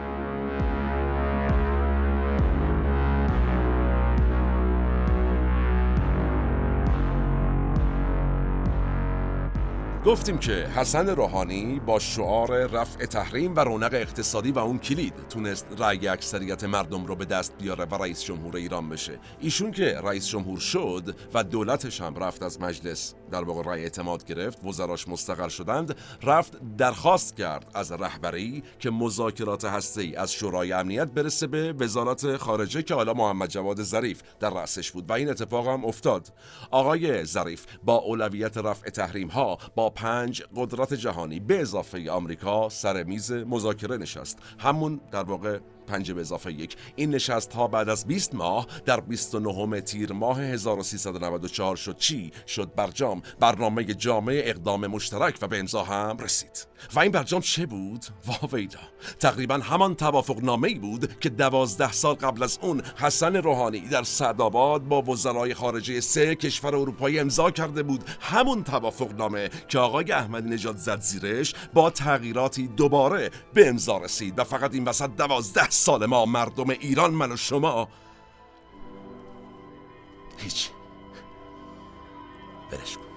[SPEAKER 1] گفتیم که حسن روحانی با شعار رفع تحریم و رونق اقتصادی و اون کلید تونست رأی اکثریت مردم رو به دست بیاره و رئیس جمهور ایران بشه. ایشون که رئیس جمهور شد و دولتش هم رفت از مجلس در واقع رأی اعتماد گرفت، وزراش مستقل شدند، رفت درخواست کرد از رهبری که مذاکرات هسته‌ای از شورای امنیت برسه به وزارت خارجه که حالا محمد جواد ظریف در رأسش بود و این اتفاق هم افتاد. آقای ظریف با اولویت رفع تحریم ها با 5 قدرت جهانی به اضافه آمریکا سر میز مذاکره نشست. همون در واقع 5 به اضافه 1. این نشست ها بعد از 20 ماه در 29 تیر ماه 1394 شد چی؟ شد برجام، برنامه جامع اقدام مشترک، و به امضا هم رسید. و این برجام چه بود؟ واویلا، تقریبا همان توافق نامه‌ای بود که 12 سال قبل از اون حسن روحانی در سعدآباد با وزرای خارجه 3 کشور اروپایی امضا کرده بود. همون توافق نامه که آقای احمدی نژاد زد زیرش، با تغییراتی دوباره به امضا رسید و فقط این وسط 12 سال ما مردم ایران، من و شما، هیچ برش کن.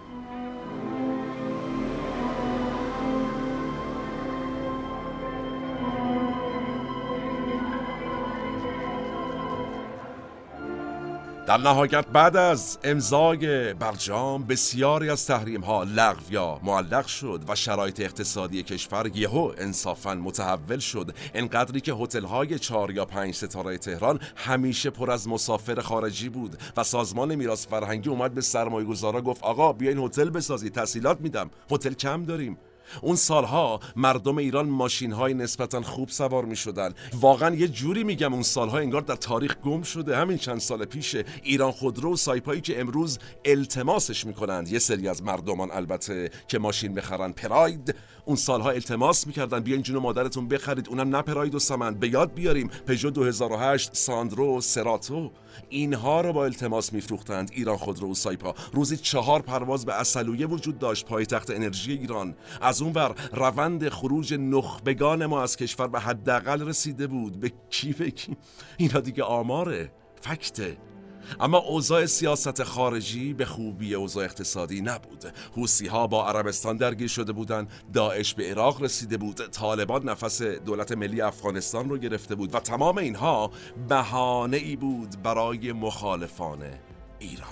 [SPEAKER 1] در نهایت بعد از امضای برجام بسیاری از تحریم ها لغو یا معلق شد و شرایط اقتصادی کشور یهو انصافاً متحول شد، انقدری که هتل های 4 یا 5 ستاره تهران همیشه پر از مسافر خارجی بود و سازمان میراث فرهنگی اومد به سرمایه‌گذارا گفت آقا بیاین هتل بسازید، تسهیلات میدم، هتل کم داریم. اون سالها مردم ایران ماشین‌های نسبتاً خوب سوار می‌شدن. واقعاً یه جوری میگم اون سالها انگار در تاریخ گم شده. همین چند سال پیش ایران خودرو و سایپایی که امروز التماسش میکنند یه سری از مردمان البته که ماشین بخرن پراید، اون سالها التماس میکردن بیاین جون مادرتون بخرید، اونم نه پراید و سمند. به یاد بیاریم پژو 2008، ساندرو، سراتو، اینها رو با التماس میفروختند ایران خودرو و سایپا. روزی 4 پرواز به عسلویه وجود داشت، پایتخت انرژی ایران. از اونور روند خروج نخبگان ما از کشور به حداقل رسیده بود. به کی اینا دیگه آماره، فکته. اما اوضاع سیاست خارجی به خوبی اوضاع اقتصادی نبود. حوثی‌ها با عربستان درگیر شده بودند، داعش به عراق رسیده بود، طالبان نفس دولت ملی افغانستان رو گرفته بود و تمام اینها بهانه‌ای بود برای مخالفان ایران.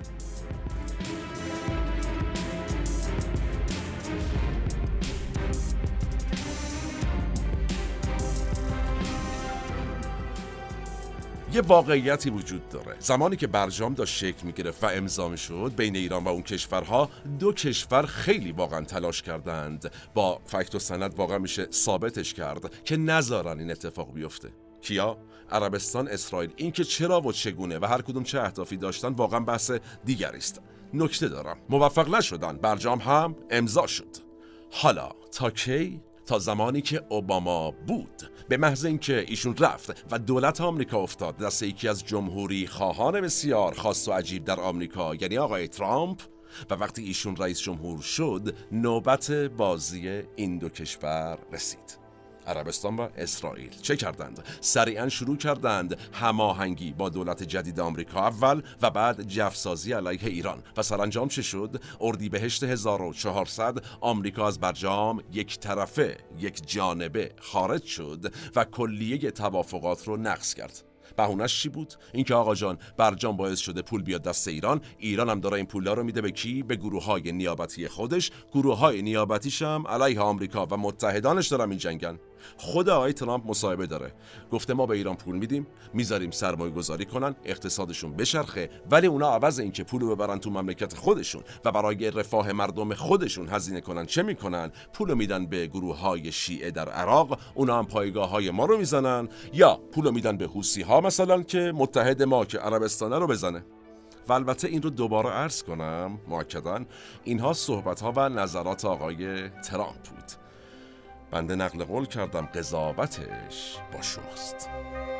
[SPEAKER 1] یه واقعیتی وجود داره. زمانی که برجام داشت شکل می‌گرفت و امضا می‌شد بین ایران و اون کشورها، دو کشور خیلی واقعا تلاش کردند، با فکت و سند واقعا میشه ثابتش کرد که نذارن این اتفاق بیفته. کیا؟ عربستان، اسرائیل. این که چرا و چگونه و هر کدوم چه اهدافی داشتن واقعا بحث دیگری است. نکته دارم، موفق نشدن. برجام هم امضا شد. حالا تا کی؟ تا زمانی که اوباما بود. به محض اینکه ایشون رفت و دولت آمریکا افتاد دست یکی از جمهوری خواهان بسیار خاص و عجیب در آمریکا، یعنی آقای ترامپ، و وقتی ایشون رئیس جمهور شد، نوبت بازی این دو کشور رسید. عربستان و اسرائیل چه کردند؟ سریعا شروع کردند هماهنگی با دولت جدید آمریکا اول و بعد جفسازی علیه ایران. و سرانجام چه شد؟ اردیبهشت 1400 آمریکا از برجام یک طرفه، یک جانبه خارج شد و کلیه توافقات رو نقض کرد. بهونه‌اش چی بود؟ اینکه آقا جان برجام باعث شده پول بیاد دست ایران، ایران هم داره این پولا رو میده به کی؟ به گروه‌های نیابتی خودش. گروه‌های نیابتیش هم علیه آمریکا و متحدانش دارن می‌جنگن. خود آقای ترامپ مصاحبه داره، گفته ما به ایران پول میدیم، میذاریم سرمایه گذاری کنن، اقتصادشون بچرخه، ولی اونا عوض این که پولو ببرن تو مملکت خودشون و برای رفاه مردم خودشون هزینه کنن، چه میکنن؟ پولو میدن به گروه‌های شیعه در عراق، اونا هم پایگاه‌های ما رو میزنن، یا پولو میدن به حوثی‌ها مثلا که متحد ما که عربستانه رو بزنه. و البته این رو دوباره عرض کنم مؤکداً، اینها صحبت‌ها و نظرات آقای ترامپ بود. بنده نقل قول کردم، قضاوتش با شماست.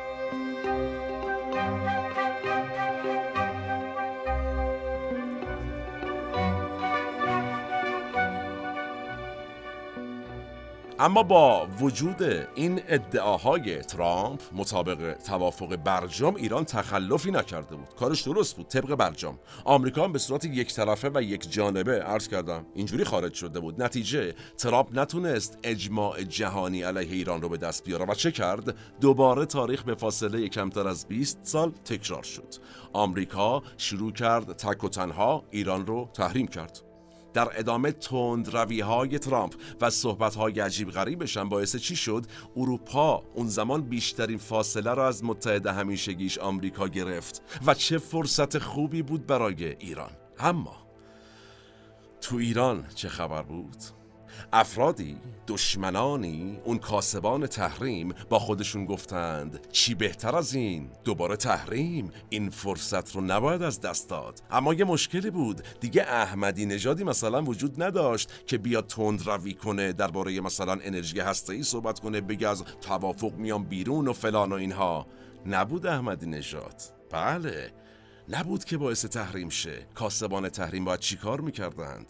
[SPEAKER 1] اما با وجود این ادعاهای ترامپ مطابق توافق برجام، ایران تخلفی نکرده بود. کارش درست بود طبق برجام. آمریکا هم به صورت یک طرفه و یک جانبه، عرض کردم، اینجوری خارج شده بود. نتیجه ترامپ نتونست اجماع جهانی علیه ایران رو به دست بیاره و چه کرد؟ دوباره تاریخ به فاصله کمتر از 20 سال تکرار شد. آمریکا شروع کرد تک و تنها ایران رو تحریم کرد. در ادامه تندروی‌های ترامپ و صحبت‌های عجیب غریبش هم باعث چی شد؟ اروپا اون زمان بیشترین فاصله را از متحد همیشگیش آمریکا گرفت و چه فرصت خوبی بود برای ایران. اما تو ایران چه خبر بود؟ افرادی، دشمنانی، اون کاسبان تحریم با خودشون گفتند چی بهتر از این؟ دوباره تحریم، این فرصت رو نباید از دست داد. اما یه مشکلی بود، دیگه احمدی نژادی مثلا وجود نداشت که بیاد تندروی کنه درباره مثلا انرژی هسته‌ای صحبت کنه، بگه از توافق میام بیرون و فلان و اینها. نبود احمدی نژاد. بله، نبود که باعث تحریم شه. کاسبان تحریم باید چی کار میکردند؟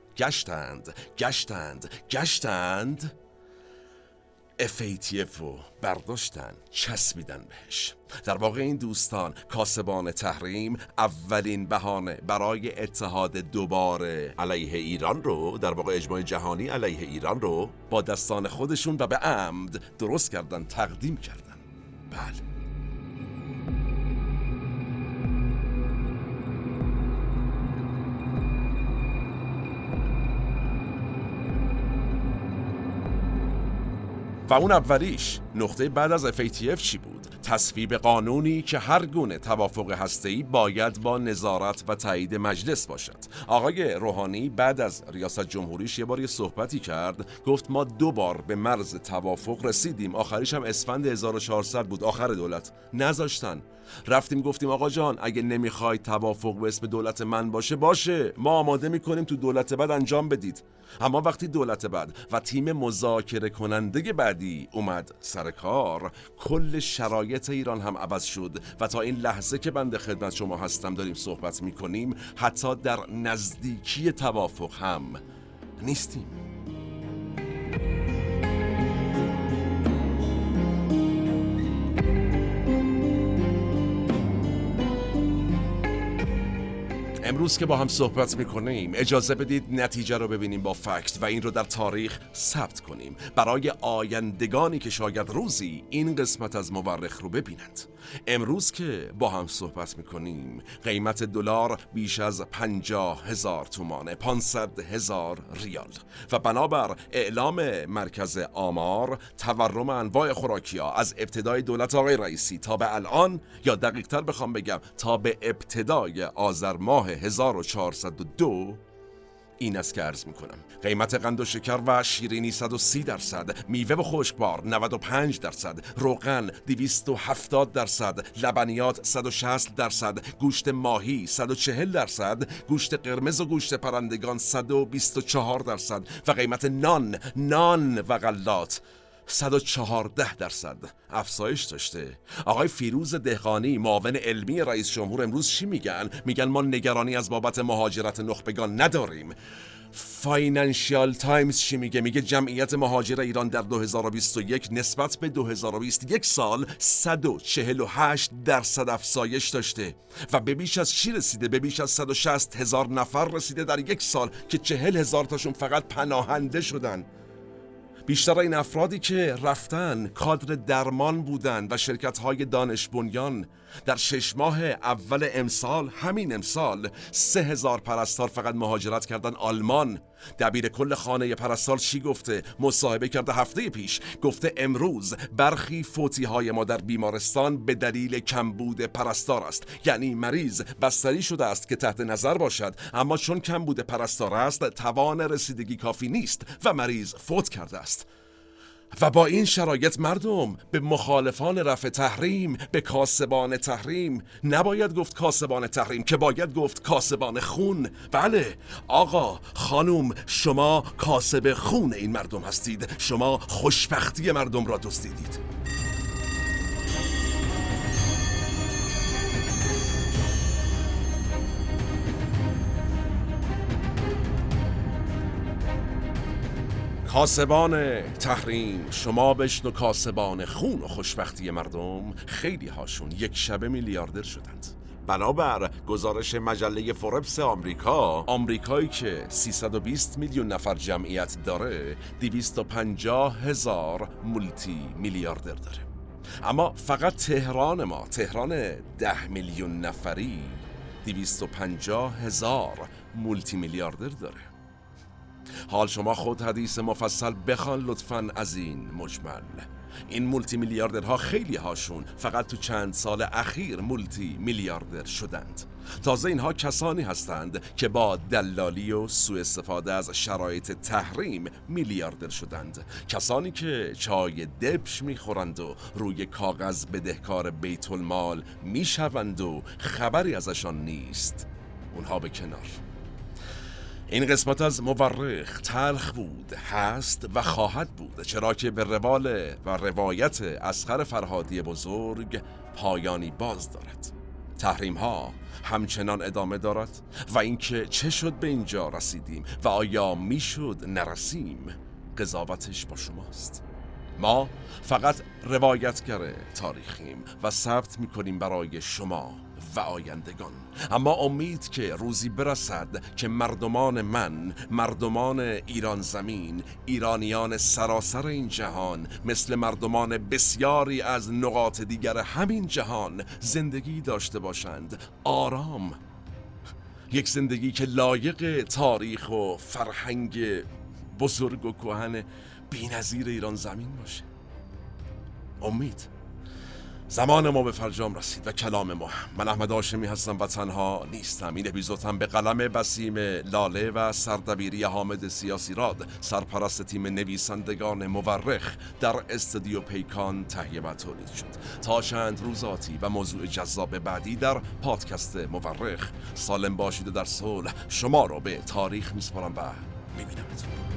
[SPEAKER 1] گشتند FATF رو برداشتن، چسبیدن بهش. در واقع این دوستان کاسبان تحریم اولین بهانه برای اتحاد دوباره علیه ایران رو، در واقع اجماع جهانی علیه ایران رو با دستان خودشون و به عمد درست کردن، تقدیم کردن. بله. و اون اولیش نقطه بعد از FATF چی بود؟ تصویب قانونی که هر گونه توافق هسته‌ای باید با نظارت و تایید مجلس باشد. آقای روحانی بعد از ریاست جمهوریش یه بار یه صحبتی کرد، گفت ما 2 بار به مرز توافق رسیدیم، آخریش هم اسفند 1400 بود، آخر دولت نذاشتن. رفتیم گفتیم آقا جان اگه نمیخوای توافق به اسم دولت من باشه، ما آماده میکنیم تو دولت بعد انجام بدید. اما وقتی دولت بعد و تیم مذاکره کننده بعدی اومد سر کار، کل شرایط ایران هم عوض شد و تا این لحظه که بنده خدمت شما هستم داریم صحبت میکنیم حتی در نزدیکی توافق هم نیستیم. امروز که با هم صحبت میکنیم اجازه بدید نتیجه رو ببینیم با فکت و این رو در تاریخ ثبت کنیم برای آیندگانی که شاید روزی این قسمت از مورخ رو ببینند. امروز که با هم صحبت میکنیم قیمت دلار بیش از 50,000 تومانه، 500,000 ریال و بنابر اعلام مرکز آمار تورم انواع خوراکی‌ها از ابتدای دولت آقای رئیسی تا به الان، یا دقیق‌تر بخوام بگم تا به ابتدای آذر ماه 1402 این است که عرض میکنم. قیمت قند و شکر و شیرینی 130%، میوه و خشکبار 95%، روغن 270%، لبنیات 160%، گوشت ماهی 140%، گوشت قرمز و گوشت پرندگان 124% و قیمت نان و غلات 114% افزایش داشته. آقای فیروز دهقانی معاون علمی رئیس جمهور امروز چی میگن؟ میگن ما نگرانی از بابت مهاجرت نخبگان نداریم. فاینانشیال تایمز چی میگه؟ میگه جمعیت مهاجر ایران در 2021 نسبت به 2021 سال 148% افزایش داشته و به بیش از چی رسیده؟ به بیش از 160,000 نفر رسیده در یک سال که 40,000 تاشون فقط پناهنده شدن. بیشتر این افرادی که رفتن کادر درمان بودند و شرکت‌های دانش بنیان. در 6 ماه اول همین امسال 3,000 پرستار فقط مهاجرت کردن آلمان. دبیر کل خانه پرستار چی گفته؟ مصاحبه کرده هفته پیش، گفته امروز برخی فوتی‌های ما در بیمارستان به دلیل کمبود پرستار است. یعنی مریض بستری شده است که تحت نظر باشد، اما چون کمبود پرستار است توان رسیدگی کافی نیست و مریض فوت کرده است. و با این شرایط مردم به مخالفان رفع تحریم، به کاسبان تحریم، نباید گفت کاسبان تحریم که باید گفت کاسبان خون. بله آقا خانوم، شما کاسب خون این مردم هستید، شما خوشبختی مردم را دزدیدید. کاسبان تحریم، شما بشنو کاسبان خون و خوشبختی مردم، خیلی هاشون یک شبه میلیاردر شدند. بنابر گزارش مجله فوربس آمریکایی که 320 میلیون نفر جمعیت داره 250,000 مولتی میلیاردر داره. اما فقط تهران 10 میلیون نفری 250,000 مولتی میلیاردر داره. حال شما خود حدیث مفصل بخوان لطفاً از این مجمل. این مولتی میلیاردرها خیلی هاشون فقط تو چند سال اخیر مولتی میلیاردر شدند. تازه اینها کسانی هستند که با دلالی و سوء استفاده از شرایط تحریم میلیاردر شدند. کسانی که چای دبش میخورند و روی کاغذ بدهکار بیت المال میشوند و خبری ازشان نیست. اونها به کنار. این قسمت از مورخ تلخ بود، هست و خواهد بود، چرا که به روال و روایت اصغر فرهادی بزرگ پایانی باز دارد. تحریم ها همچنان ادامه دارد و اینکه چه شد به اینجا رسیدیم و آیا میشد نرسیم، قضاوتش با شماست. ما فقط روایتگر تاریخیم و ثبت میکنیم برای شما و آیندگان. اما امید که روزی برسد که مردمان ایران زمین، ایرانیان سراسر این جهان، مثل مردمان بسیاری از نقاط دیگر همین جهان زندگی داشته باشند، آرام. یک زندگی که لایق تاریخ و فرهنگ بزرگ و کهن بی‌نظیر ایران زمین باشه. امید. زمان ما به فرجام رسید و کلام ما. من احمد هاشمی هستم و تنها نیستم. این اپیزود هم به قلم بسیم لاله و سردبیری حامد سیاسیراد، سرپرست تیم نویسندگان مورخ، در استودیو پیکان تهیه و تولید شد. تا چند روز آتی و موضوع جذاب بعدی در پادکست مورخ. سالم باشید و در صلح. شما رو به تاریخ میسپارم و میبینمتون.